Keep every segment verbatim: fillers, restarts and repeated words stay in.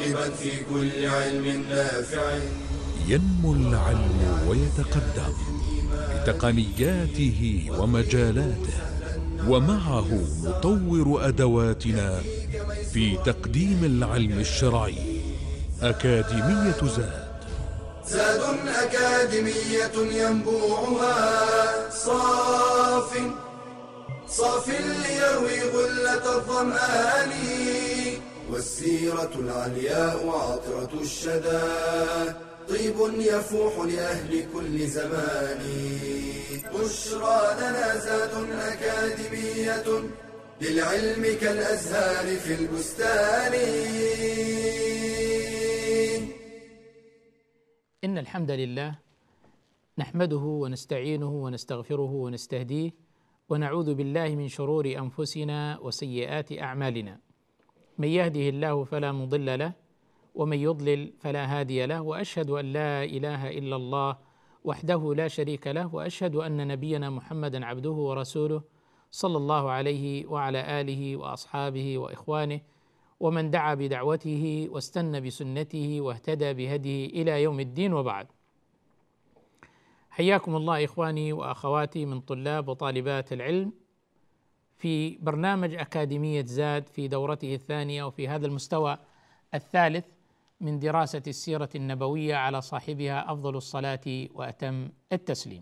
راغبا في كل علم نافع. ينمو العلم ويتقدم بتقنياته ومجالاته، ومعه نطور أدواتنا في تقديم العلم الشرعي. أكاديمية زاد زاد أكاديمية ينبوعها صاف صاف ليروي غلة الظمآن، والسيرة العلياء عطرة الشدى طيب يفوح لأهل كل زمان. بشرى لنا زاد أكاديمية للعلم كالأزهار في البستان. إن الحمد لله نحمده ونستعينه ونستغفره ونستهديه، ونعوذ بالله من شرور أنفسنا وسيئات أعمالنا. من يهده الله فلا مضل له، ومن يضلل فلا هادي له، وأشهد أن لا إله إلا الله وحده لا شريك له، وأشهد أن نبينا محمدا عبده ورسوله صلى الله عليه وعلى آله وأصحابه وإخوانه ومن دعا بدعوته واستنى بسنته واهتدى بهديه إلى يوم الدين، وبعد. حياكم الله إخواني وأخواتي من طلاب وطالبات العلم في برنامج أكاديمية زاد في دورته الثانية، وفي هذا المستوى الثالث من دراسة السيرة النبوية على صاحبها أفضل الصلاة وأتم التسليم.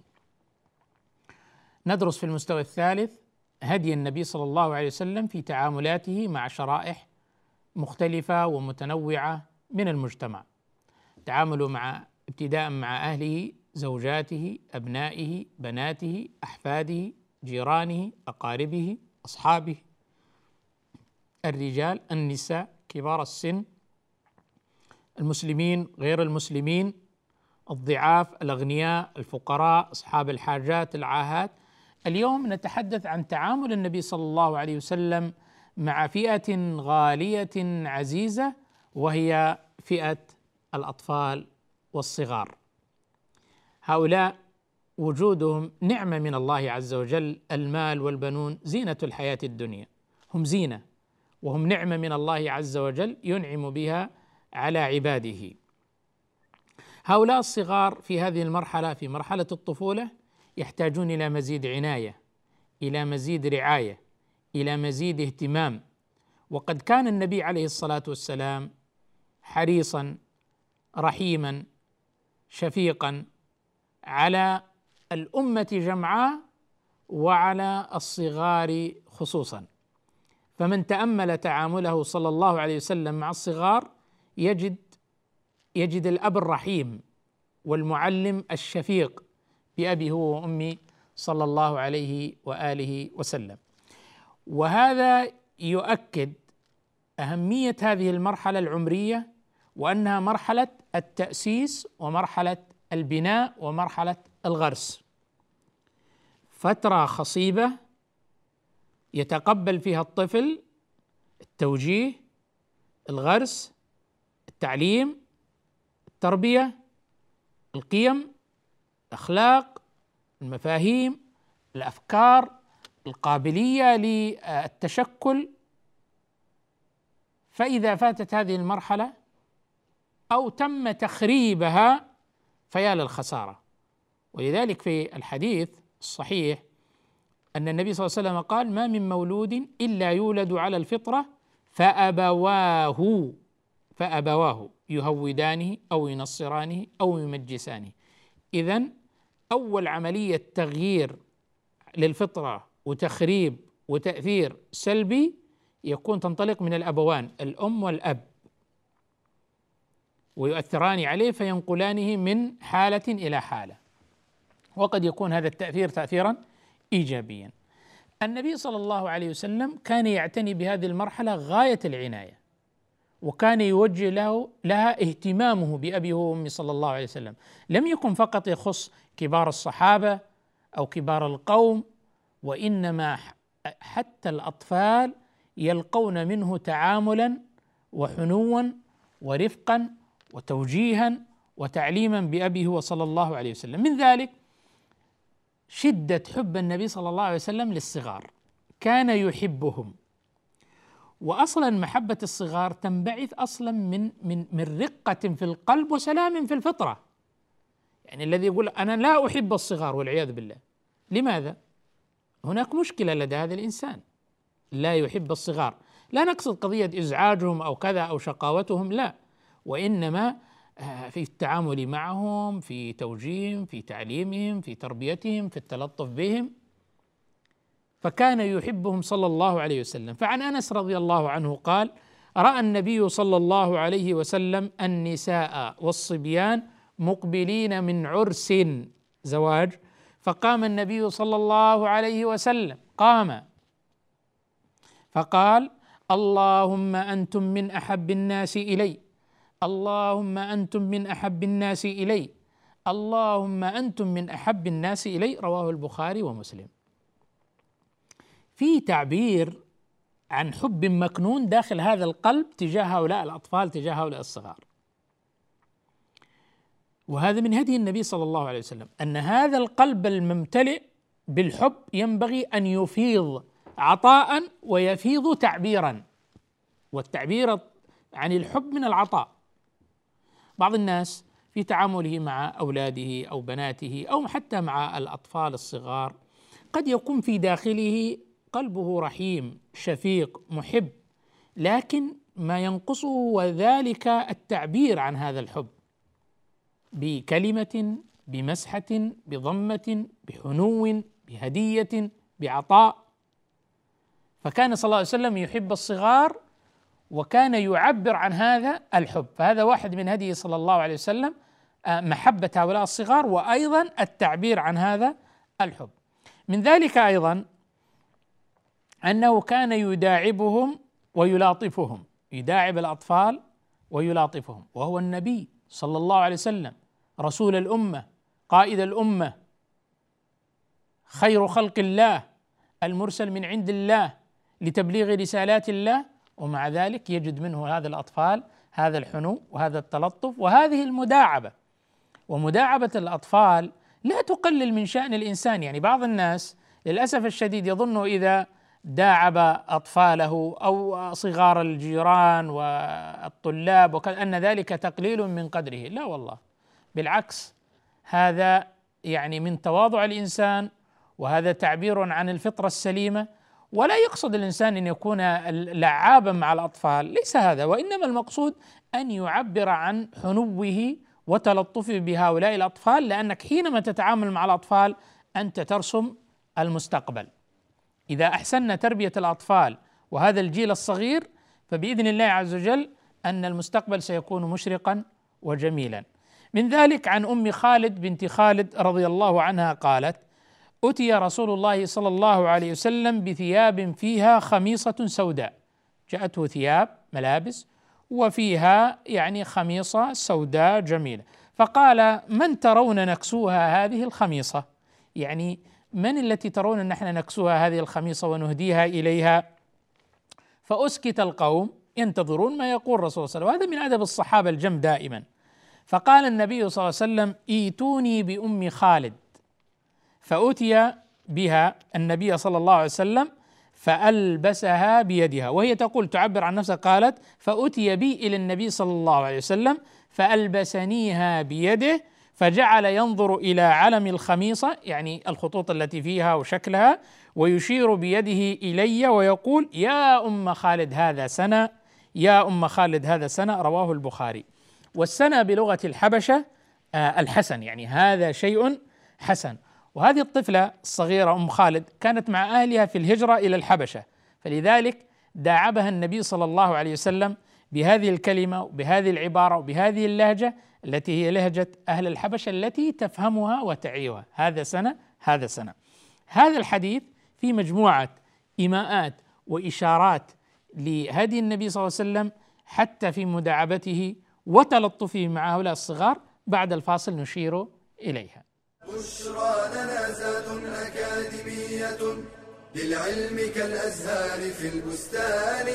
ندرس في المستوى الثالث هدي النبي صلى الله عليه وسلم في تعاملاته مع شرائح مختلفة ومتنوعة من المجتمع. تعامله مع ابتداء مع أهله، زوجاته، أبنائه، بناته، أحفاده، جيرانه، أقاربه، أصحابه، الرجال، النساء، كبار السن، المسلمين، غير المسلمين، الضعاف، الأغنياء، الفقراء، أصحاب الحاجات، العاهات. اليوم نتحدث عن تعامل النبي صلى الله عليه وسلم مع فئة غالية عزيزة، وهي فئة الأطفال والصغار. هؤلاء وجودهم نعمة من الله عز وجل. المال والبنون زينة الحياة الدنيا، هم زينة وهم نعمة من الله عز وجل ينعم بها على عباده. هؤلاء الصغار في هذه المرحلة، في مرحلة الطفولة، يحتاجون إلى مزيد عناية، إلى مزيد رعاية، إلى مزيد اهتمام. وقد كان النبي عليه الصلاة والسلام حريصا رحيما شفيقا على الأمة جمعاء وعلى الصغار خصوصا. فمن تأمل تعامله صلى الله عليه وسلم مع الصغار يجد يجد الأب الرحيم والمعلم الشفيق بأبي هو وأمي صلى الله عليه وآله وسلم. وهذا يؤكد أهمية هذه المرحلة العمرية، وأنها مرحلة التأسيس ومرحلة البناء ومرحلة الغرس. فترة خصيبة يتقبل فيها الطفل التوجيه، الغرس، التعليم، التربية، القيم، الأخلاق، المفاهيم، الأفكار، القابلية للتشكل. فإذا فاتت هذه المرحلة أو تم تخريبها فيا للخسارة. ولذلك في الحديث الصحيح أن النبي صلى الله عليه وسلم قال: ما من مولود إلا يولد على الفطرة فأبواه فأبواه يهودانه أو ينصرانه أو يمجسانه. إذن أول عملية تغيير للفطرة وتخريب وتأثير سلبي يكون تنطلق من الأبوان، الأم والأب، ويؤثران عليه فينقلانه من حالة إلى حالة، وقد يكون هذا التأثير تأثيرا إيجابيا. النبي صلى الله عليه وسلم كان يعتني بهذه المرحلة غاية العناية، وكان يوجه له لها اهتمامه بأبي وأمي صلى الله عليه وسلم. لم يكن فقط يخص كبار الصحابة أو كبار القوم، وإنما حتى الأطفال يلقون منه تعاملا وحنوا ورفقا وتوجيها وتعليما بأبيه هو صلى الله عليه وسلم. من ذلك شدة حب النبي صلى الله عليه وسلم للصغار، كان يحبهم وأصلا محبة الصغار تنبعث أصلا من من من رقة في القلب وسلام في الفطرة. يعني الذي يقول أنا لا أحب الصغار والعياذ بالله، لماذا؟ هناك مشكلة لدى هذا الإنسان، لا يحب الصغار، لا نقصد قضية إزعاجهم أو كذا أو شقاوتهم، لا، وإنما في التعامل معهم، في توجيههم، في تعليمهم، في تربيتهم، في التلطف بهم. فكان يحبهم صلى الله عليه وسلم. فعن أنس رضي الله عنه قال: رأى النبي صلى الله عليه وسلم النساء والصبيان مقبلين من عرس زواج، فقام النبي صلى الله عليه وسلم، قام فقال: اللهم أنتم من أحب الناس إلي، اللهم أنتم من أحب الناس إلي، اللهم أنتم من أحب الناس إلي. رواه البخاري ومسلم. في تعبير عن حب مكنون داخل هذا القلب تجاه هؤلاء الأطفال، تجاه هؤلاء الصغار. وهذا من هدي النبي صلى الله عليه وسلم، أن هذا القلب الممتلئ بالحب ينبغي أن يفيض عطاء ويفيض تعبيرا، والتعبير عن الحب من العطاء. بعض الناس في تعامله مع أولاده أو بناته أو حتى مع الأطفال الصغار قد يكون في داخله قلبه رحيم شفيق محب، لكن ما ينقصه وذلك التعبير عن هذا الحب بكلمة، بمسحة، بضمة، بحنو، بهدية، بعطاء. فكان صلى الله عليه وسلم يحب الصغار وكان يعبر عن هذا الحب. فهذا واحد من هديه صلى الله عليه وسلم، محبة هؤلاء الصغار وأيضا التعبير عن هذا الحب. من ذلك أيضا أنه كان يداعبهم ويلاطفهم، يداعب الأطفال ويلاطفهم، وهو النبي صلى الله عليه وسلم رسول الأمة، قائد الأمة، خير خلق الله، المرسل من عند الله لتبليغ رسالات الله، ومع ذلك يجد منه هذا الأطفال هذا الحنو وهذا التلطف وهذه المداعبة. ومداعبة الأطفال لا تقلل من شأن الإنسان. يعني بعض الناس للأسف الشديد يظن إذا داعب أطفاله أو صغار الجيران والطلاب وكذا أن ذلك تقليل من قدره. لا والله، بالعكس، هذا يعني من تواضع الإنسان، وهذا تعبير عن الفطرة السليمة. ولا يقصد الإنسان أن يكون لعابا مع الأطفال، ليس هذا، وإنما المقصود أن يعبر عن حنوه وتلطفه بهؤلاء الأطفال، لأنك حينما تتعامل مع الأطفال أنت ترسم المستقبل. إذا أحسننا تربية الأطفال وهذا الجيل الصغير فبإذن الله عز وجل أن المستقبل سيكون مشرقا وجميلا. من ذلك عن أم خالد بنت خالد رضي الله عنها قالت: أتي رسول الله صلى الله عليه وسلم بثياب فيها خميصة سوداء، جاءته ثياب ملابس وفيها يعني خميصة سوداء جميلة، فقال: من ترون نكسوها هذه الخميصة؟ يعني من التي ترون أن نحن نكسوها هذه الخميصة ونهديها إليها؟ فأسكت القوم ينتظرون ما يقول الرسول صلى الله عليه وسلم. وهذا من أدب الصحابة الجم دائما. فقال النبي صلى الله عليه وسلم: ايتوني بأم خالد. فأتي بها النبي صلى الله عليه وسلم فألبسها بيدها، وهي تقول تعبر عن نفسها قالت: فأتي بي إلى النبي صلى الله عليه وسلم فألبسنيها بيده، فجعل ينظر إلى علم الخميصة، يعني الخطوط التي فيها وشكلها، ويشير بيده إلي ويقول: يا أم خالد هذا سنة، يا أم خالد هذا سنة. رواه البخاري. والسنة بلغة الحبشة آه الحسن، يعني هذا شيء حسن. وهذه الطفلة الصغيرة أم خالد كانت مع أهلها في الهجرة إلى الحبشة، فلذلك داعبها النبي صلى الله عليه وسلم بهذه الكلمة وبهذه العبارة وبهذه اللهجة التي هي لهجة أهل الحبشة التي تفهمها وتعيها. هذا سنة، هذا سنة. هذا الحديث في مجموعة إيماءات وإشارات لهدي النبي صلى الله عليه وسلم حتى في مداعبته وتلطفه مع هؤلاء الصغار. بعد الفاصل نشير إليها. بشرى لنا زاد أكاديمية للعلم كالأزهار في البستان.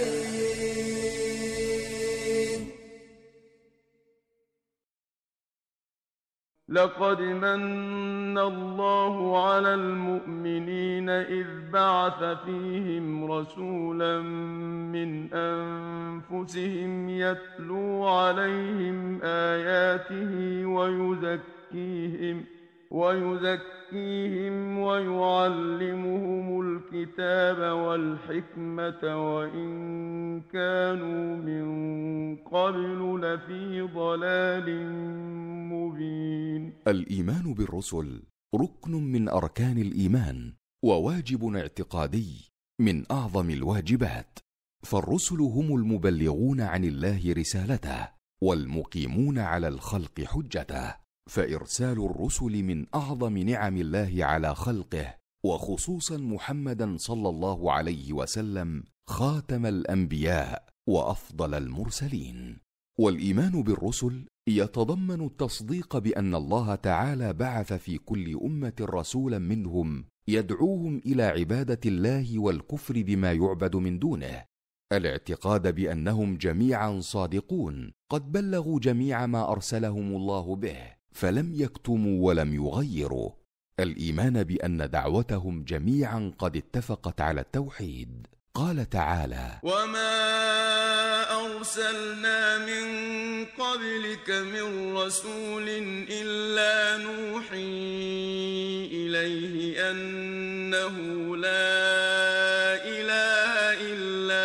لقد من الله على المؤمنين إذ بعث فيهم رسولا من أنفسهم يتلو عليهم آياته ويزكيهم ويزكيهم ويعلمهم الكتاب والحكمة وإن كانوا من قبل لفي ضلال مبين. الإيمان بالرسل ركن من أركان الإيمان وواجب اعتقادي من أعظم الواجبات، فالرسل هم المبلغون عن الله رسالته والمقيمون على الخلق حجته، فإرسال الرسل من أعظم نعم الله على خلقه، وخصوصا محمدا صلى الله عليه وسلم خاتم الأنبياء وأفضل المرسلين. والإيمان بالرسل يتضمن التصديق بأن الله تعالى بعث في كل أمة رسولا منهم يدعوهم إلى عبادة الله والكفر بما يعبد من دونه، الاعتقاد بأنهم جميعا صادقون قد بلغوا جميع ما أرسلهم الله به فلم يكتموا ولم يغيروا، الإيمان بأن دعوتهم جميعا قد اتفقت على التوحيد. قال تعالى: وما أرسلنا من قبلك من رسول إلا نوحي إليه أنه لا إله إلا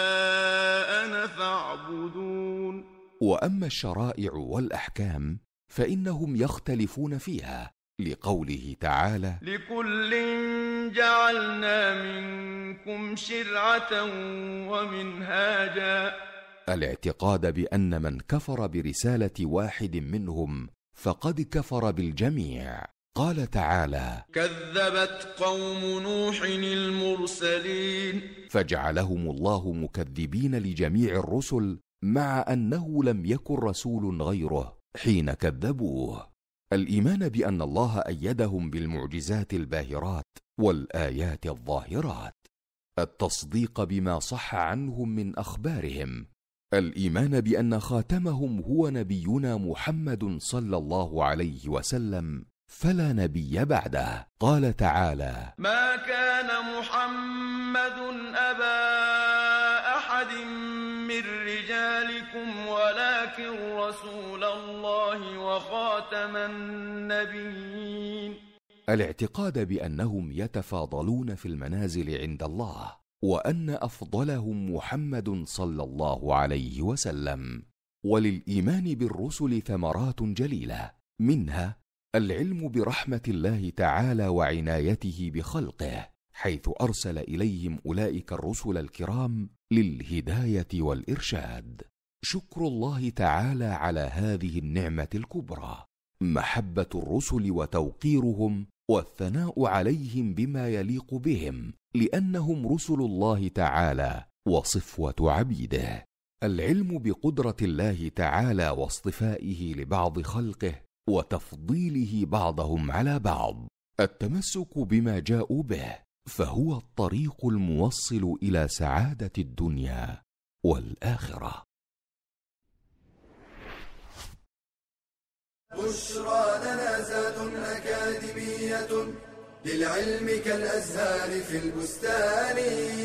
أنا فاعبدون. وأما الشرائع والأحكام فإنهم يختلفون فيها، لقوله تعالى: لكل جعلنا منكم شرعة ومنهاجا. الاعتقاد بأن من كفر برسالة واحد منهم فقد كفر بالجميع. قال تعالى: كذبت قوم نوح المرسلين. فجعلهم الله مكذبين لجميع الرسل مع أنه لم يكن رسول غيره حين كذبوه. الإيمان بأن الله أيدهم بالمعجزات الباهرات والآيات الظاهرات، التصديق بما صح عنهم من أخبارهم، الإيمان بأن خاتمهم هو نبينا محمد صلى الله عليه وسلم فلا نبي بعده. قال تعالى: ما كان محمد أبا أحد من رجالكم ولكن رسول الله وخاتم النبيين. الاعتقاد بأنهم يتفاضلون في المنازل عند الله، وأن أفضلهم محمد صلى الله عليه وسلم. وللإيمان بالرسل ثمرات جليلة، منها العلم برحمة الله تعالى وعنايته بخلقه، حيث أرسل إليهم أولئك الرسل الكرام للهداية والإرشاد. شكر الله تعالى على هذه النعمة الكبرى، محبة الرسل وتوقيرهم والثناء عليهم بما يليق بهم لأنهم رسل الله تعالى وصفوة عبيده. العلم بقدرة الله تعالى واصطفائه لبعض خلقه وتفضيله بعضهم على بعض، التمسك بما جاءوا به، فهو الطريق الموصل إلى سعادة الدنيا والآخرة. بشرى لنا زاد أكاديمية للعلم كالأزهار في البستان.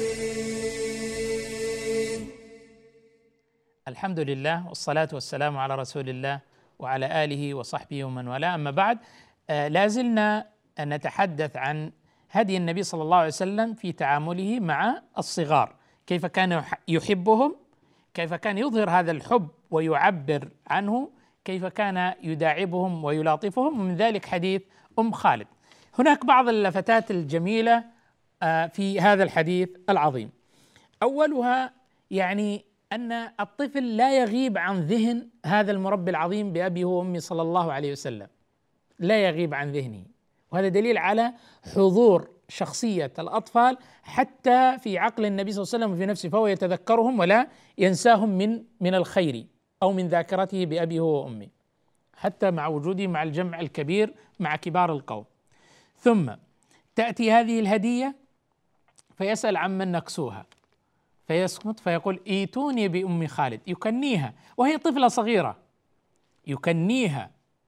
الحمد لله والصلاة والسلام على رسول الله وعلى آله وصحبه ومن والاه، أما بعد، آه لازلنا نتحدث عن هدي النبي صلى الله عليه وسلم في تعامله مع الصغار، كيف كان يحبهم، كيف كان يظهر هذا الحب ويعبر عنه، كيف كان يداعبهم ويلاطفهم، ومن ذلك حديث أم خالد. هناك بعض اللفتات الجميلة في هذا الحديث العظيم. أولها يعني أن الطفل لا يغيب عن ذهن هذا المربي العظيم بأبي وأمي صلى الله عليه وسلم، لا يغيب عن ذهنه، وهذا دليل على حضور شخصية الأطفال حتى في عقل النبي صلى الله عليه وسلم وفي نفسه، فهو يتذكرهم ولا ينساهم من من الخير أو من ذاكرته بأبي وأمي، حتى مع وجوده مع الجمع الكبير مع كبار القوم. ثم تأتي هذه الهدية فيسأل عمن نكسوها، فيسكت فيقول: ايتوني بأم خالد، يكنيها وهي طفلة صغيرة، يكنيها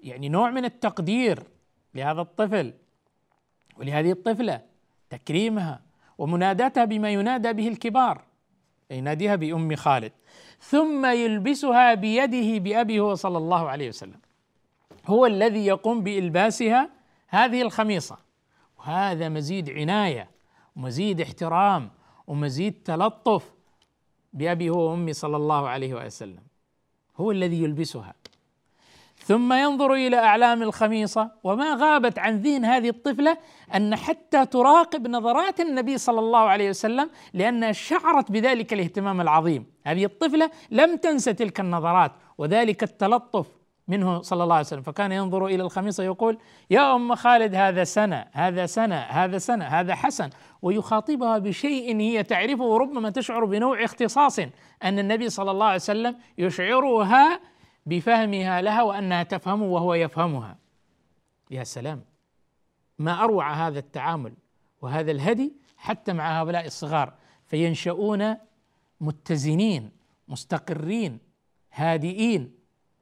يعني نوع من التقدير لهذا الطفل ولهذه الطفلة، تكريمها ومناداتها بما ينادى به الكبار، يناديها بأم خالد، ثم يلبسها بيده بأبي هو صلى الله عليه وسلم، هو الذي يقوم بإلباسها هذه الخميصة. وهذا مزيد عناية ومزيد احترام ومزيد تلطف بأبي هو وأمي صلى الله عليه وسلم، هو الذي يلبسها. ثم ينظر إلى أعلام الخميصة، وما غابت عن ذهن هذه الطفلة أن حتى تراقب نظرات النبي صلى الله عليه وسلم، لأنها شعرت بذلك الاهتمام العظيم. هذه الطفلة لم تنس تلك النظرات وذلك التلطف منه صلى الله عليه وسلم، فكان ينظر إلى الخميصة يقول: يا أم خالد هذا سنة هذا سنة هذا سنة هذا حسن، ويخاطبها بشيء هي تعرفه، وربما تشعر بنوع اختصاص أن النبي صلى الله عليه وسلم يشعرها بفهمها لها وأنها تفهمه وهو يفهمها. يا سلام، ما أروع هذا التعامل وهذا الهدي حتى مع هؤلاء الصغار، فينشؤون متزنين مستقرين هادئين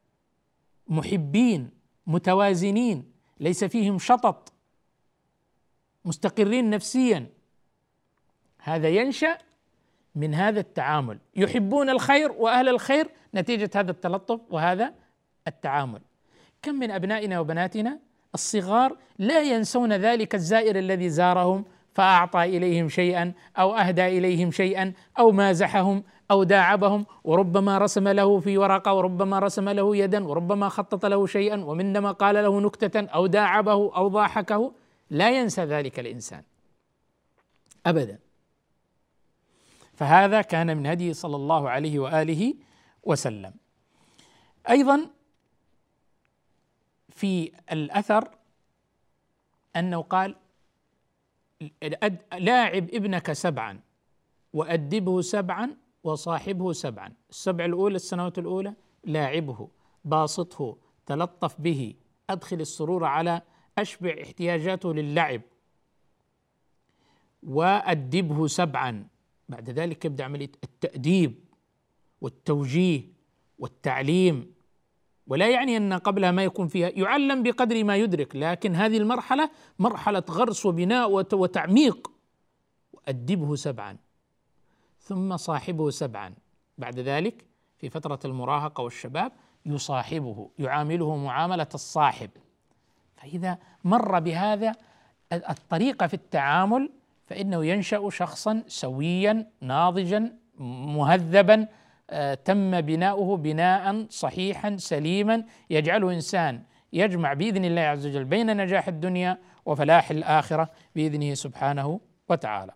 محبين متوازنين، ليس فيهم شطط، مستقرين نفسيا. هذا ينشأ من هذا التعامل، يحبون الخير وأهل الخير نتيجة هذا التلطف وهذا التعامل. كم من أبنائنا وبناتنا الصغار لا ينسون ذلك الزائر الذي زارهم فأعطى إليهم شيئا أو أهدى إليهم شيئا أو مازحهم أو داعبهم، وربما رسم له في ورقة، وربما رسم له يدا، وربما خطط له شيئا، ومنما قال له نكتة أو داعبه أو ضاحكه. لا ينسى ذلك الإنسان أبدا. فهذا كان من هديه صلى الله عليه وآله وسلم. أيضا في الأثر أنه قال: لاعب ابنك سبعا وأدبه سبعا وصاحبه سبعا. السبع الأولى السنوات الأولى لاعبه، باسطه، تلطف به، أدخل السرور على أشبع احتياجاته للعب، وأدبه سبعا. بعد ذلك يبدأ عملية التأديب والتوجيه والتعليم، ولا يعني أن قبلها ما يكون فيها، يعلم بقدر ما يدرك، لكن هذه المرحلة مرحلة غرس وبناء وتعميق. وأدبه سبعا ثم صاحبه سبعا. بعد ذلك في فترة المراهقة والشباب يصاحبه، يعامله معاملة الصاحب. فإذا مر بهذا الطريقة في التعامل فإنه ينشأ شخصا سويا ناضجا مهذبا، آه تم بناؤه بناء صحيحا سليما يجعله إنسان يجمع بإذن الله عز وجل بين نجاح الدنيا وفلاح الآخرة بإذنه سبحانه وتعالى.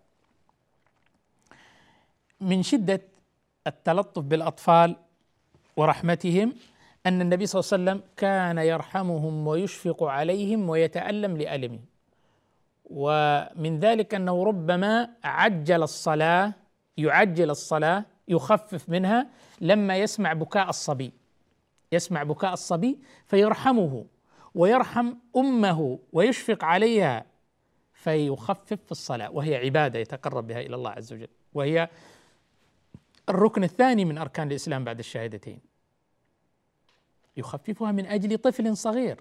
من شدة التلطف بالأطفال ورحمتهم أن النبي صلى الله عليه وسلم كان يرحمهم ويشفق عليهم ويتألم لألمهم. ومن ذلك أنه ربما عجل الصلاة يعجل الصلاة يخفف منها لما يسمع بكاء الصبي، يسمع بكاء الصبي فيرحمه ويرحم أمه ويشفق عليها فيخفف في الصلاة، وهي عبادة يتقرب بها إلى الله عز وجل، وهي الركن الثاني من أركان الإسلام بعد الشهادتين. يخففها من أجل طفل صغير،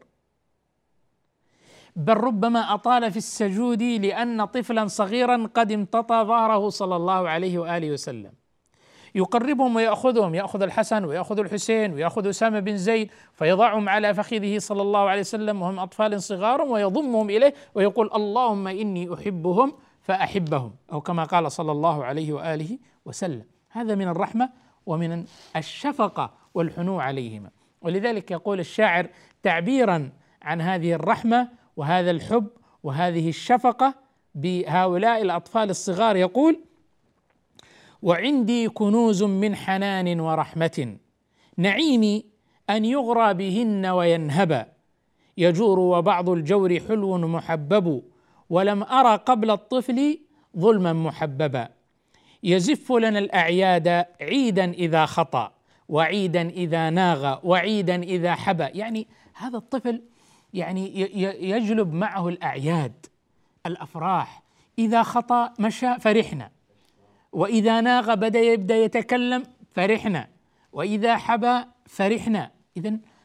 بل ربما أطال في السجود لأن طفلا صغيرا قد امتطى ظهره صلى الله عليه وآله وسلم. يقربهم ويأخذهم، يأخذ الحسن ويأخذ الحسين ويأخذ أسامة بن زيد فيضعهم على فخذه صلى الله عليه وسلم وهم أطفال صغار ويضمهم إليه ويقول: اللهم إني أحبهم فأحبهم، أو كما قال صلى الله عليه وآله وسلم. هذا من الرحمة ومن الشفقة والحنو عليهما. ولذلك يقول الشاعر تعبيرا عن هذه الرحمة وهذا الحب وهذه الشفقة بهؤلاء الأطفال الصغار، يقول: وعندي كنوز من حنان ورحمة نعيمي أن يغرى بهن وينهبا، يجور وبعض الجور حلو محبب، ولم أرى قبل الطفل ظلما محببا، يزف لنا الأعياد عيدا إذا خطأ وعيدا إذا ناغى وعيدا إذا حبى. يعني هذا الطفل يعني يجلب معه الأعياد الأفراح، إذا خطأ مشى فرحنا، وإذا ناغ بدأ يبدأ يتكلم فرحنا، وإذا حبى فرحنا. إذن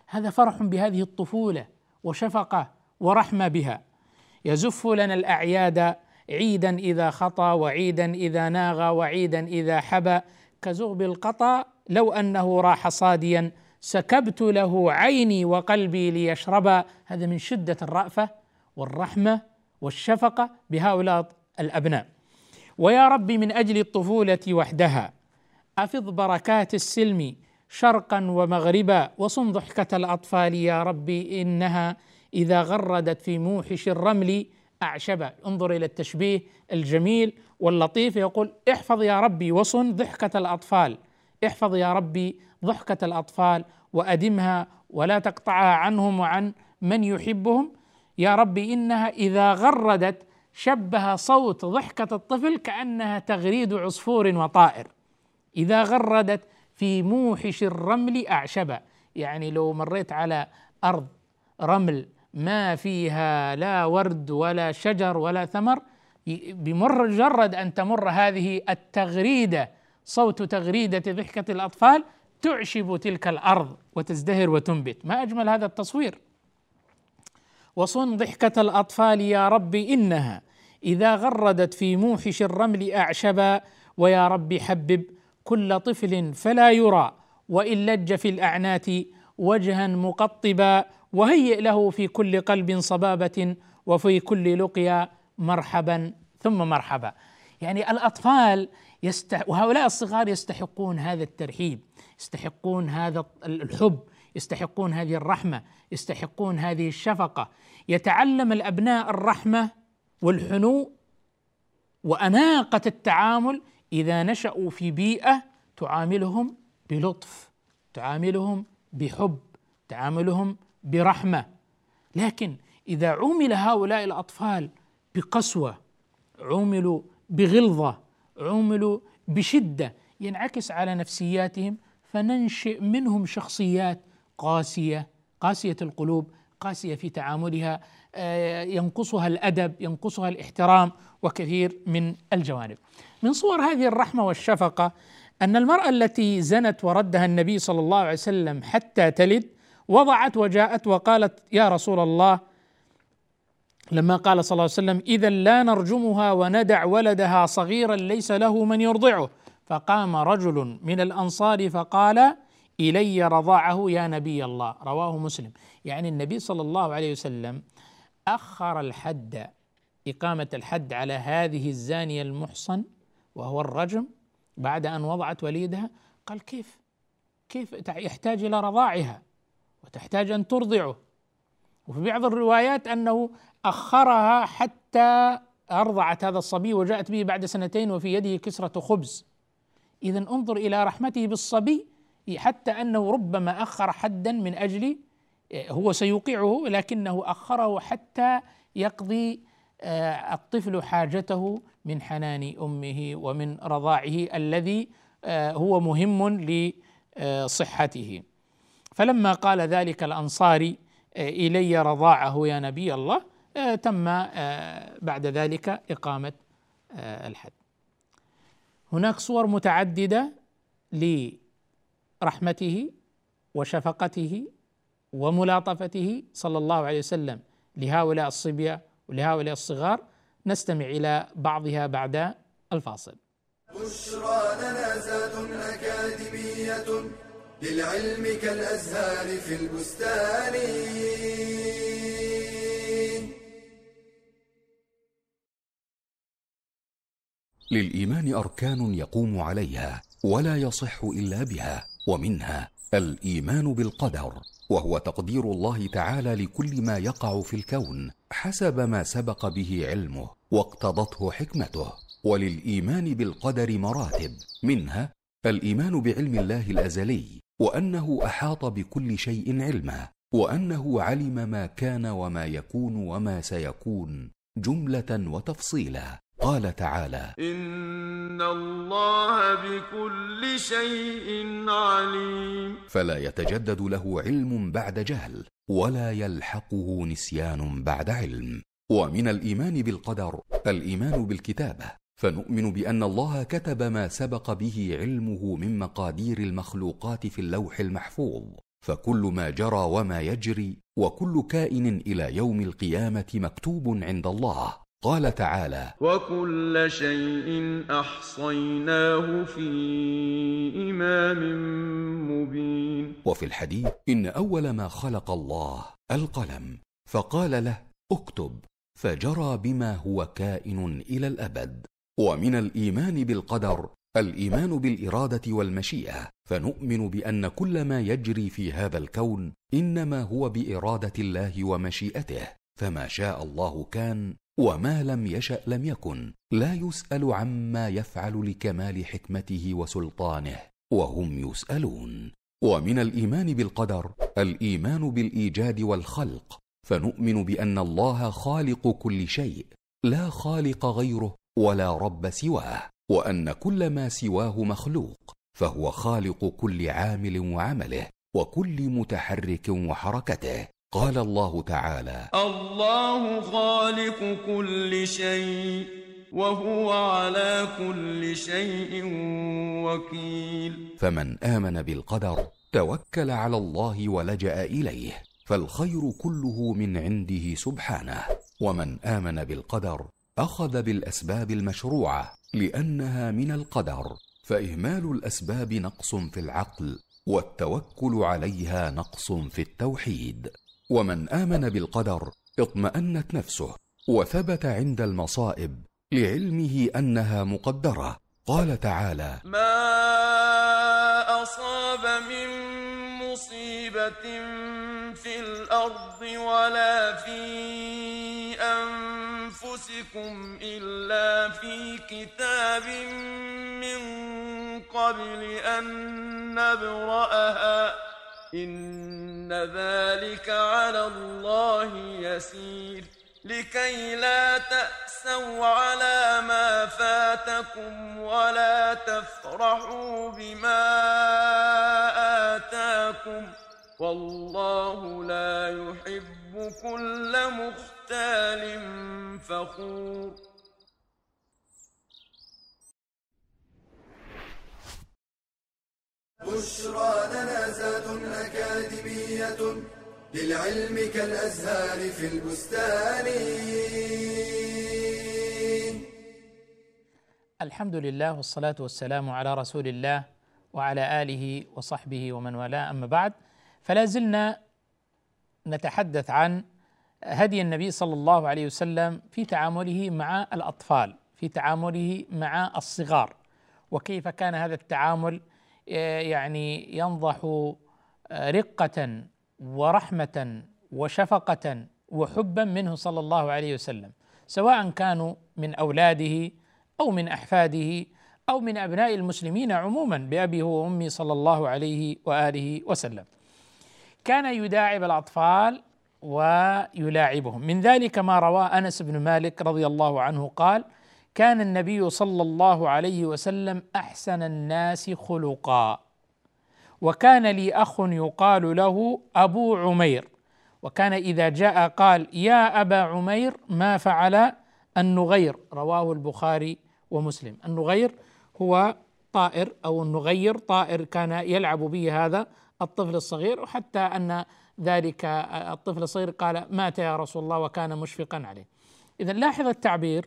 هذا فرح بهذه الطفولة وشفقة ورحمة بها. يزف لنا الأعياد عيدا إذا خطى وعيدا إذا ناغى وعيدا إذا حبى، كزغب القطا لو أنه راح صاديا، سكبت له عيني وقلبي ليشربا. هذا من شدة الرأفة والرحمة والشفقة بهؤلاء الأبناء. ويا ربي من أجل الطفولة وحدها أفض بركات السلم شرقا ومغربا، وصن ضحكة الأطفال يا ربي إنها إذا غردت في موحش الرمل أعشبا. انظر إلى التشبيه الجميل واللطيف، يقول احفظ يا ربي وصن ضحكة الأطفال، احفظ يا ربي ضحكة الأطفال وأدمها ولا تقطعها عنهم وعن من يحبهم. يا ربي إنها إذا غردت، شبه صوت ضحكة الطفل كأنها تغريد عصفور وطائر. إذا غردت في موحش الرمل أعشبا، يعني لو مريت على أرض رمل ما فيها لا ورد ولا شجر ولا ثمر، بمجرد أن تمر هذه التغريدة، صوت تغريدة ضحكة الأطفال، تعشب تلك الأرض وتزدهر وتنبت. ما أجمل هذا التصوير. وصن ضحكة الأطفال يا ربي إنها إذا غردت في موحش الرمل أعشبا، ويا ربي حبب كل طفل فلا يرى وإن لج في الأعنات وجها مقطبا، وهيئ له في كل قلب صبابة وفي كل لقيا مرحبا ثم مرحبا. يعني الأطفال يستح... وهؤلاء الصغار يستحقون هذا الترحيب، يستحقون هذا الحب، يستحقون هذه الرحمة، يستحقون هذه الشفقة. يتعلم الأبناء الرحمة والحنو وأناقة التعامل إذا نشأوا في بيئة تعاملهم بلطف، تعاملهم بحب، تعاملهم برحمة. لكن إذا عُمل هؤلاء الأطفال بقسوة، عُملوا بغلظة، عُملوا بشدة، ينعكس على نفسياتهم، فننشئ منهم شخصيات قاسية، قاسية القلوب، قاسية في تعاملها، ينقصها الأدب، ينقصها الاحترام، وكثير من الجوانب. من صور هذه الرحمة والشفقة أن المرأة التي زنت وردها النبي صلى الله عليه وسلم حتى تلد، وضعت وجاءت وقالت يا رسول الله، لما قال صلى الله عليه وسلم إذا لا نرجمها وندع ولدها صغيرا ليس له من يرضعه، فقام رجل من الأنصار فقال إلي رضاعه يا نبي الله، رواه مسلم. يعني النبي صلى الله عليه وسلم أخر الحد، إقامة الحد على هذه الزانية المحصن وهو الرجم بعد أن وضعت وليدها. قال كيف كيف يحتاج إلى رضاعها وتحتاج أن ترضعه. وفي بعض الروايات أنه أخرها حتى أرضعت هذا الصبي وجاءت به بعد سنتين وفي يده كسرة خبز. إذن انظر إلى رحمته بالصبي، حتى أنه ربما أخر حدا من أجل هو سيوقعه، لكنه أخره حتى يقضي الطفل حاجته من حنان أمه ومن رضاعه الذي هو مهم لصحته. فلما قال ذلك الأنصاري إلي رضاعه يا نبي الله، تم بعد ذلك إقامة الحد. هناك صور متعددة لرحمته وشفقته وملاطفته صلى الله عليه وسلم لهؤلاء الصبية ولهؤلاء الصغار، نستمع إلى بعضها بعد الفاصل. بشرى لنا زاد أكاديمية للعلم كالأزهار في البستان. للإيمان أركان يقوم عليها ولا يصح إلا بها، ومنها الإيمان بالقدر، وهو تقدير الله تعالى لكل ما يقع في الكون حسب ما سبق به علمه واقتضته حكمته. وللإيمان بالقدر مراتب، منها الإيمان بعلم الله الأزلي، وأنه أحاط بكل شيء علما، وأنه علم ما كان وما يكون وما سيكون جملة وتفصيلا. قال تعالى إن الله بكل شيء عليم، فلا يتجدد له علم بعد جهل، ولا يلحقه نسيان بعد علم. ومن الإيمان بالقدر الإيمان بالكتابة، فنؤمن بأن الله كتب ما سبق به علمه من مقادير المخلوقات في اللوح المحفوظ، فكل ما جرى وما يجري وكل كائن إلى يوم القيامة مكتوب عند الله. قال تعالى: وكل شيء أحصيناه في إمام مبين. وفي الحديث: إن أول ما خلق الله القلم، فقال له: اكتب، فجرى بما هو كائن إلى الأبد. ومن الإيمان بالقدر الإيمان بالإرادة والمشيئة، فنؤمن بأن كل ما يجري في هذا الكون إنما هو بإرادة الله ومشيئته، فما شاء الله كان، وما لم يشأ لم يكن. لا يسأل عما يفعل لكمال حكمته وسلطانه، وهم يسألون. ومن الإيمان بالقدر الإيمان بالإيجاد والخلق، فنؤمن بأن الله خالق كل شيء، لا خالق غيره ولا رب سواه، وأن كل ما سواه مخلوق، فهو خالق كل عامل وعمله وكل متحرك وحركته. قال الله تعالى: الله خالق كل شيء وهو على كل شيء وكيل. فمن آمن بالقدر توكل على الله ولجأ إليه، فالخير كله من عنده سبحانه. ومن آمن بالقدر أخذ بالأسباب المشروعة لأنها من القدر، فإهمال الأسباب نقص في العقل، والتوكل عليها نقص في التوحيد. ومن آمن بالقدر اطمأنت نفسه وثبت عند المصائب لعلمه أنها مقدرة. قال تعالى: ما أصاب من مصيبة في الأرض ولا في أنفسكم إلا في كتاب من قبل أن نبرأها إن ذلك على الله يسير. لكي لا تأسوا على ما فاتكم ولا تفرحوا بما آتاكم والله لا يحب كل مختال فخور. بشرى لنا زاد أكاديمية للعلم كالأزهار في البستان. الحمد لله والصلاة والسلام على رسول الله وعلى آله وصحبه ومن والاه، أما بعد، فلا زلنا نتحدث عن هدي النبي صلى الله عليه وسلم في تعامله مع الأطفال، في تعامله مع الصغار، وكيف كان هذا التعامل يعني ينضح رقة ورحمة وشفقة وحبا منه صلى الله عليه وسلم، سواء كانوا من أولاده أو من أحفاده أو من أبناء المسلمين عموما بأبيه وأمي صلى الله عليه وآله وسلم. كان يداعب الأطفال ويلاعبهم. من ذلك ما رواه أنس بن مالك رضي الله عنه قال: كان النبي صلى الله عليه وسلم أحسن الناس خلقا، وكان لي أخ يقال له أبو عمير، وكان إذا جاء قال: يا أبا عمير ما فعل النغير. رواه البخاري ومسلم. النغير هو طائر أو النغير طائر كان يلعب به هذا الطفل الصغير، وحتى أن ذلك الطفل الصغير قال: مات يا رسول الله، وكان مشفقا عليه. إذا لاحظ التعبير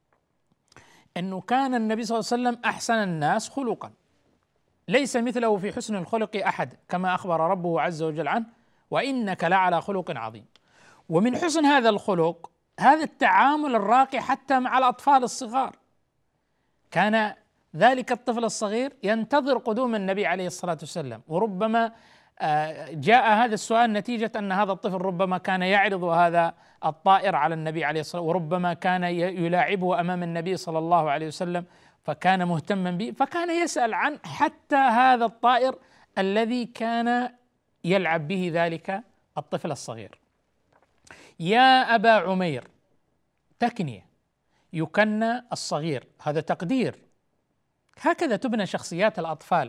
أنه كان النبي صلى الله عليه وسلم أحسن الناس خلقا، ليس مثله في حسن الخلق أحد، كما أخبر ربه عز وجل عنه: وإنك لعلى خلق عظيم. ومن حسن هذا الخلق هذا التعامل الراقي حتى مع الأطفال الصغار. كان ذلك الطفل الصغير ينتظر قدوم النبي عليه الصلاة والسلام، وربما جاء هذا السؤال نتيجة أن هذا الطفل ربما كان يعرض هذا الطائر على النبي عليه الصلاة والسلام، وربما كان يلاعبه أمام النبي صلى الله عليه وسلم، فكان مهتما به، فكان يسأل عن حتى هذا الطائر الذي كان يلعب به ذلك الطفل الصغير. يا أبا عمير، تكنية، يكنى الصغير، هذا تقدير. هكذا تبنى شخصيات الأطفال،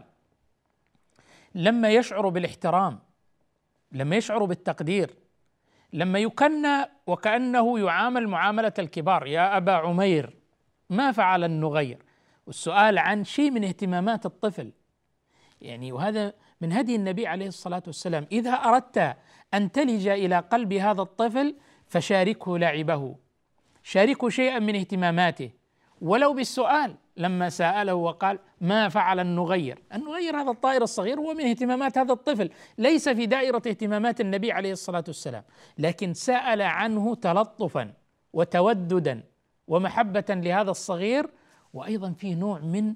لما يشعروا بالاحترام، لما يشعروا بالتقدير، لما يكنى وكأنه يعامل معاملة الكبار. يا أبا عمير ما فعل النغير، والسؤال عن شيء من اهتمامات الطفل يعني، وهذا من هدي النبي عليه الصلاة والسلام: إذا أردت أن تلج إلى قلب هذا الطفل فشاركه لعبه، شاركه شيئا من اهتماماته ولو بالسؤال. لما سأله وقال: ما فعل النغير؟ النغير هذا الطائر الصغير هو من اهتمامات هذا الطفل، ليس في دائرة اهتمامات النبي عليه الصلاة والسلام، لكن سأل عنه تلطفا وتوددا ومحبة لهذا الصغير، وأيضا فيه نوع من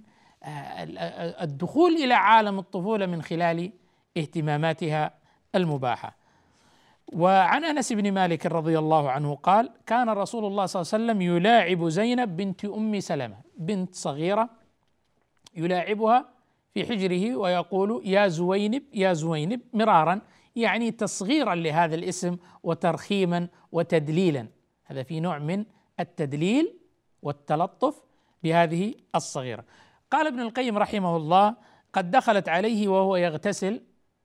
الدخول إلى عالم الطفولة من خلال اهتماماتها المباحة. وعن أنس بن مالك رضي الله عنه قال: كان رسول الله صلى الله عليه وسلم يلاعب زينب بنت أم سلمة، بنت صغيرة، يلاعبها في حجره ويقول: يا زوينب يا زوينب مرارا، يعني تصغيرا لهذا الاسم وترخيما وتدليلا. هذا في نوع من التدليل والتلطف بهذه الصغيرة. قال ابن القيم رحمه الله: قد دخلت عليه وهو يغتسل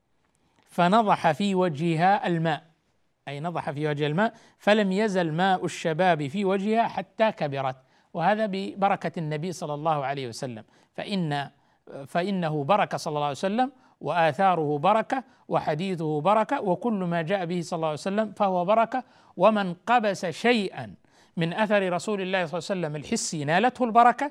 فنضح في وجهها الماء، أي نضح في وجه الماء، فلم يزل ماء الشباب في وجهها حتى كبرت. وهذا ببركة النبي صلى الله عليه وسلم، فإن فإنه بركة صلى الله عليه وسلم، وآثاره بركة، وحديثه بركة، وكل ما جاء به صلى الله عليه وسلم فهو بركة. ومن قبس شيئا من أثر رسول الله صلى الله عليه وسلم الحسي نالته البركة،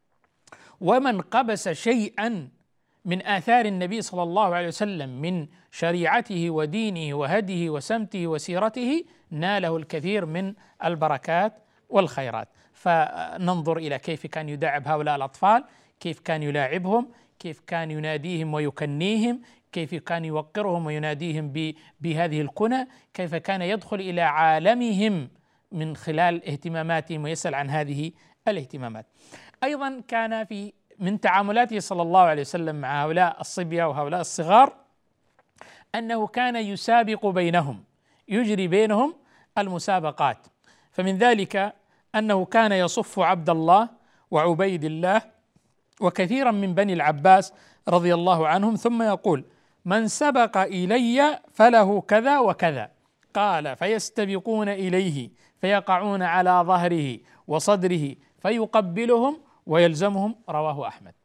ومن قبس شيئا من آثار النبي صلى الله عليه وسلم من شريعته ودينه وهديه وسمته وسيرته ناله الكثير من البركات والخيرات. فننظر إلى كيف كان يداعب هؤلاء الأطفال، كيف كان يلاعبهم، كيف كان يناديهم ويكنيهم، كيف كان يوقرهم ويناديهم بهذه الكنى، كيف كان يدخل إلى عالمهم من خلال اهتماماتهم ويسأل عن هذه الاهتمامات. أيضا كان في من تعاملاته صلى الله عليه وسلم مع هؤلاء الصبية وهؤلاء الصغار أنه كان يسابق بينهم، يجري بينهم المسابقات. فمن ذلك أنه كان يصف عبد الله وعبيد الله وكثيرا من بني العباس رضي الله عنهم، ثم يقول: من سبق إلي فله كذا وكذا. قال: فيستبقون إليه فيقعون على ظهره وصدره فيقبلهم ويلزمهم. رواه أحمد.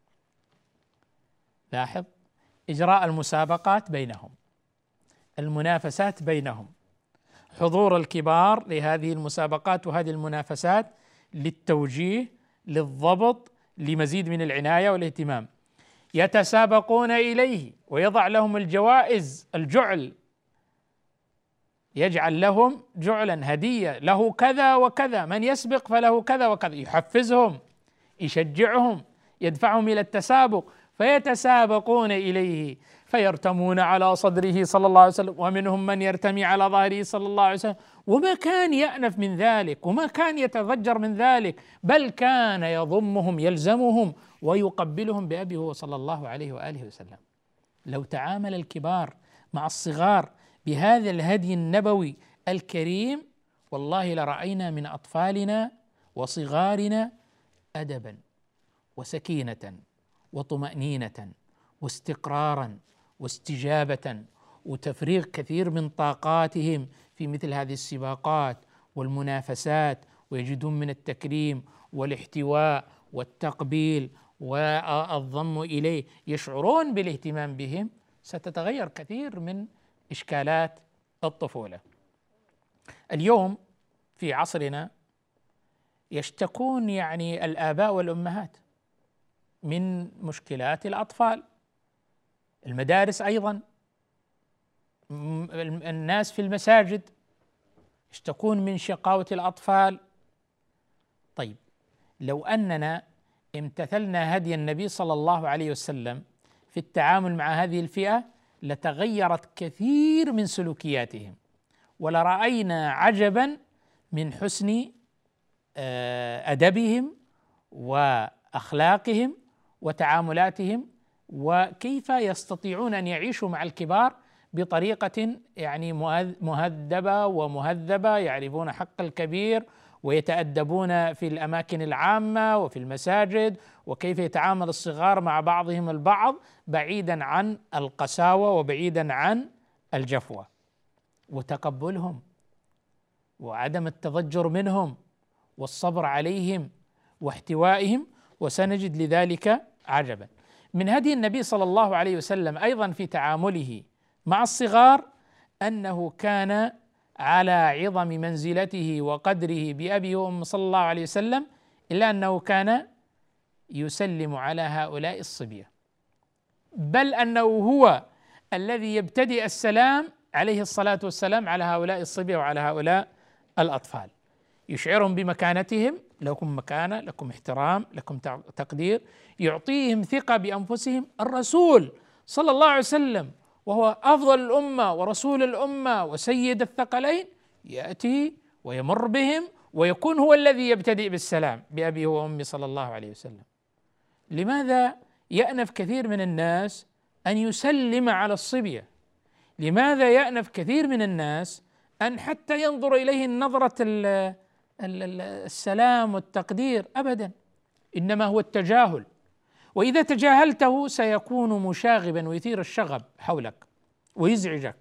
لاحظ إجراء المسابقات بينهم، المنافسات بينهم، حضور الكبار لهذه المسابقات وهذه المنافسات للتوجيه، للضبط، لمزيد من العناية والاهتمام. يتسابقون إليه ويضع لهم الجوائز، الجعل، يجعل لهم جعلا هدية، له كذا وكذا، من يسبق فله كذا وكذا، يحفزهم، يشجعهم، يدفعهم إلى التسابق. فيتسابقون إليه فيرتمون على صدره صلى الله عليه وسلم، ومنهم من يرتمي على ظهره صلى الله عليه وسلم، وما كان يأنف من ذلك وما كان يتضجر من ذلك، بل كان يضمهم يلزمهم ويقبلهم بأبيه هو صلى الله عليه وآله وسلم. لو تعامل الكبار مع الصغار بهذا الهدي النبوي الكريم والله لرأينا من أطفالنا وصغارنا أدبا وسكينة وطمأنينة واستقرارا واستجابة وتفريغ كثير من طاقاتهم في مثل هذه السباقات والمنافسات، ويجدون من التكريم والاحتواء والتقبيل والضم إليه، يشعرون بالاهتمام بهم. ستتغير كثير من إشكالات الطفولة. اليوم في عصرنا يشتكون يعني الآباء والأمهات من مشكلات الأطفال، المدارس أيضا، الناس في المساجد يشتكون من شقاوة الأطفال. طيب، لو أننا امتثلنا هدي النبي صلى الله عليه وسلم في التعامل مع هذه الفئة لتغيرت كثير من سلوكياتهم، ولرأينا عجبا من حسن أدبهم وأخلاقهم وتعاملاتهم، وكيف يستطيعون أن يعيشوا مع الكبار بطريقة يعني مهذبة ومهذبة، يعرفون حق الكبير ويتأدبون في الأماكن العامة وفي المساجد، وكيف يتعامل الصغار مع بعضهم البعض بعيدا عن القساوة وبعيدا عن الجفوة، وتقبلهم وعدم التضجر منهم والصبر عليهم واحتوائهم، وسنجد لذلك عجبا. من هدي النبي صلى الله عليه وسلم أيضا في تعامله مع الصغار أنه كان على عظم منزلته وقدره بأبيه وأمه صلى الله عليه وسلم، إلا أنه كان يسلم على هؤلاء الصبية، بل أنه هو الذي يبتدئ السلام عليه الصلاة والسلام على هؤلاء الصبية وعلى هؤلاء الأطفال، يشعرهم بمكانتهم، لكم مكانة، لكم احترام، لكم تقدير، يعطيهم ثقة بأنفسهم. الرسول صلى الله عليه وسلم وهو أفضل الأمة ورسول الأمة وسيد الثقلين يأتي ويمر بهم ويكون هو الذي يبتدئ بالسلام بأبيه وأمي صلى الله عليه وسلم. لماذا يأنف كثير من الناس أن يسلم على الصبية؟ لماذا يأنف كثير من الناس أن حتى ينظر إليه النظرة السلام والتقدير؟ أبدا، إنما هو التجاهل، وإذا تجاهلته سيكون مشاغبا ويثير الشغب حولك ويزعجك.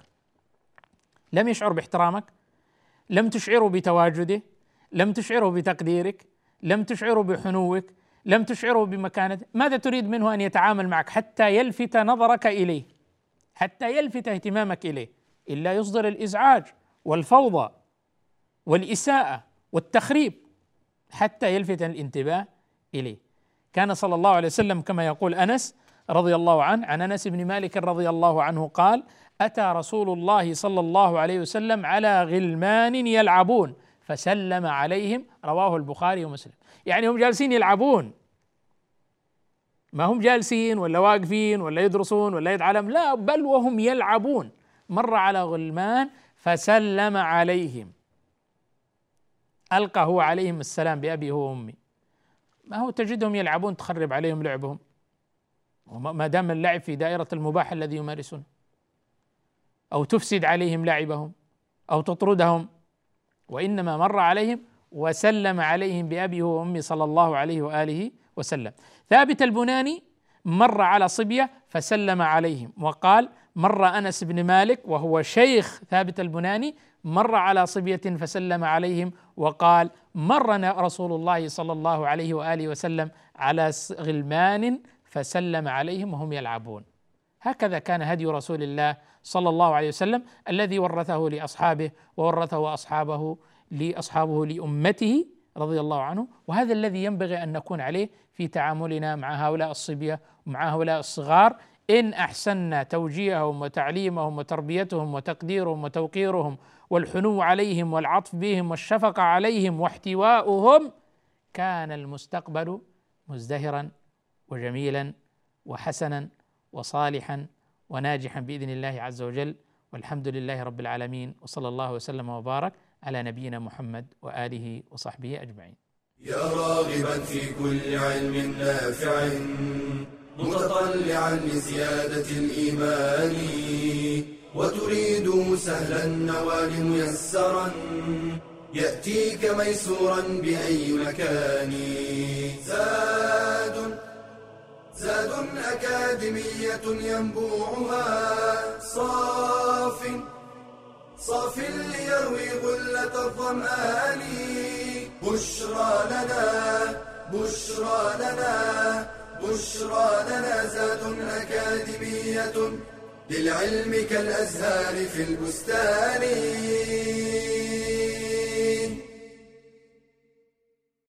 لم يشعر باحترامك، لم تشعره بتواجده، لم تشعره بتقديرك، لم تشعره بحنوك، لم تشعره بمكانته. ماذا تريد منه أن يتعامل معك حتى يلفت نظرك إليه، حتى يلفت اهتمامك إليه؟ إلا يصدر الإزعاج والفوضى والإساءة والتخريب حتى يلفت الانتباه إليه. كان صلى الله عليه وسلم كما يقول أنس رضي الله عنه عن أنس بن مالك رضي الله عنه قال: أتى رسول الله صلى الله عليه وسلم على غلمان يلعبون فسلم عليهم، رواه البخاري ومسلم. يعني هم جالسين يلعبون، ما هم جالسين ولا واقفين ولا يدرسون ولا يتعلم، لا، بل وهم يلعبون. مر على غلمان فسلم عليهم، ألقى هو عليهم السلام بأبي هو وأمي. ما هو تجدهم يلعبون تخرب عليهم لعبهم، وما دام اللعب في دائرة المباح الذي يمارسون، أو تفسد عليهم لعبهم أو تطردهم، وإنما مر عليهم وسلم عليهم بأبي هو وأمي صلى الله عليه وآله وسلم. ثابت البناني مر على صبية فسلم عليهم، وقال: مر أنس بن مالك وهو شيخ ثابت البناني مر على صبية فسلم عليهم، وقال: مر رسول الله صلى الله عليه وآله وسلم على غلمان فسلم عليهم وهم يلعبون. هكذا كان هدي رسول الله صلى الله عليه وسلم الذي ورثه لأصحابه وورثه أصحابه لأصحابه لأمته رضي الله عنه، وهذا الذي ينبغي أن نكون عليه في تعاملنا مع هؤلاء الصبية ومع هؤلاء الصغار. إن أحسننا توجيههم وتعليمهم وتربيتهم وتقديرهم وتوقيرهم والحنو عليهم والعطف بهم والشفقة عليهم واحتواؤهم، كان المستقبل مزدهرا وجميلا وحسنا وصالحا وناجحا بإذن الله عز وجل. والحمد لله رب العالمين، وصلى الله وسلم وبارك على نبينا محمد وآله وصحبه أجمعين. يا راغبا في كل علم نافع متطلعا لزيادة الإيمان، وتريد سهلا النوال ميسرا يأتيك ميسورا بأي مكان. زاد زاد أكاديمية ينبوعها صاف صاف ليروي غلة الظمآن. بشرى لنا بشرى لنا بشرى لنا زاد أكاديمية للعلم كالأزهار في البستان.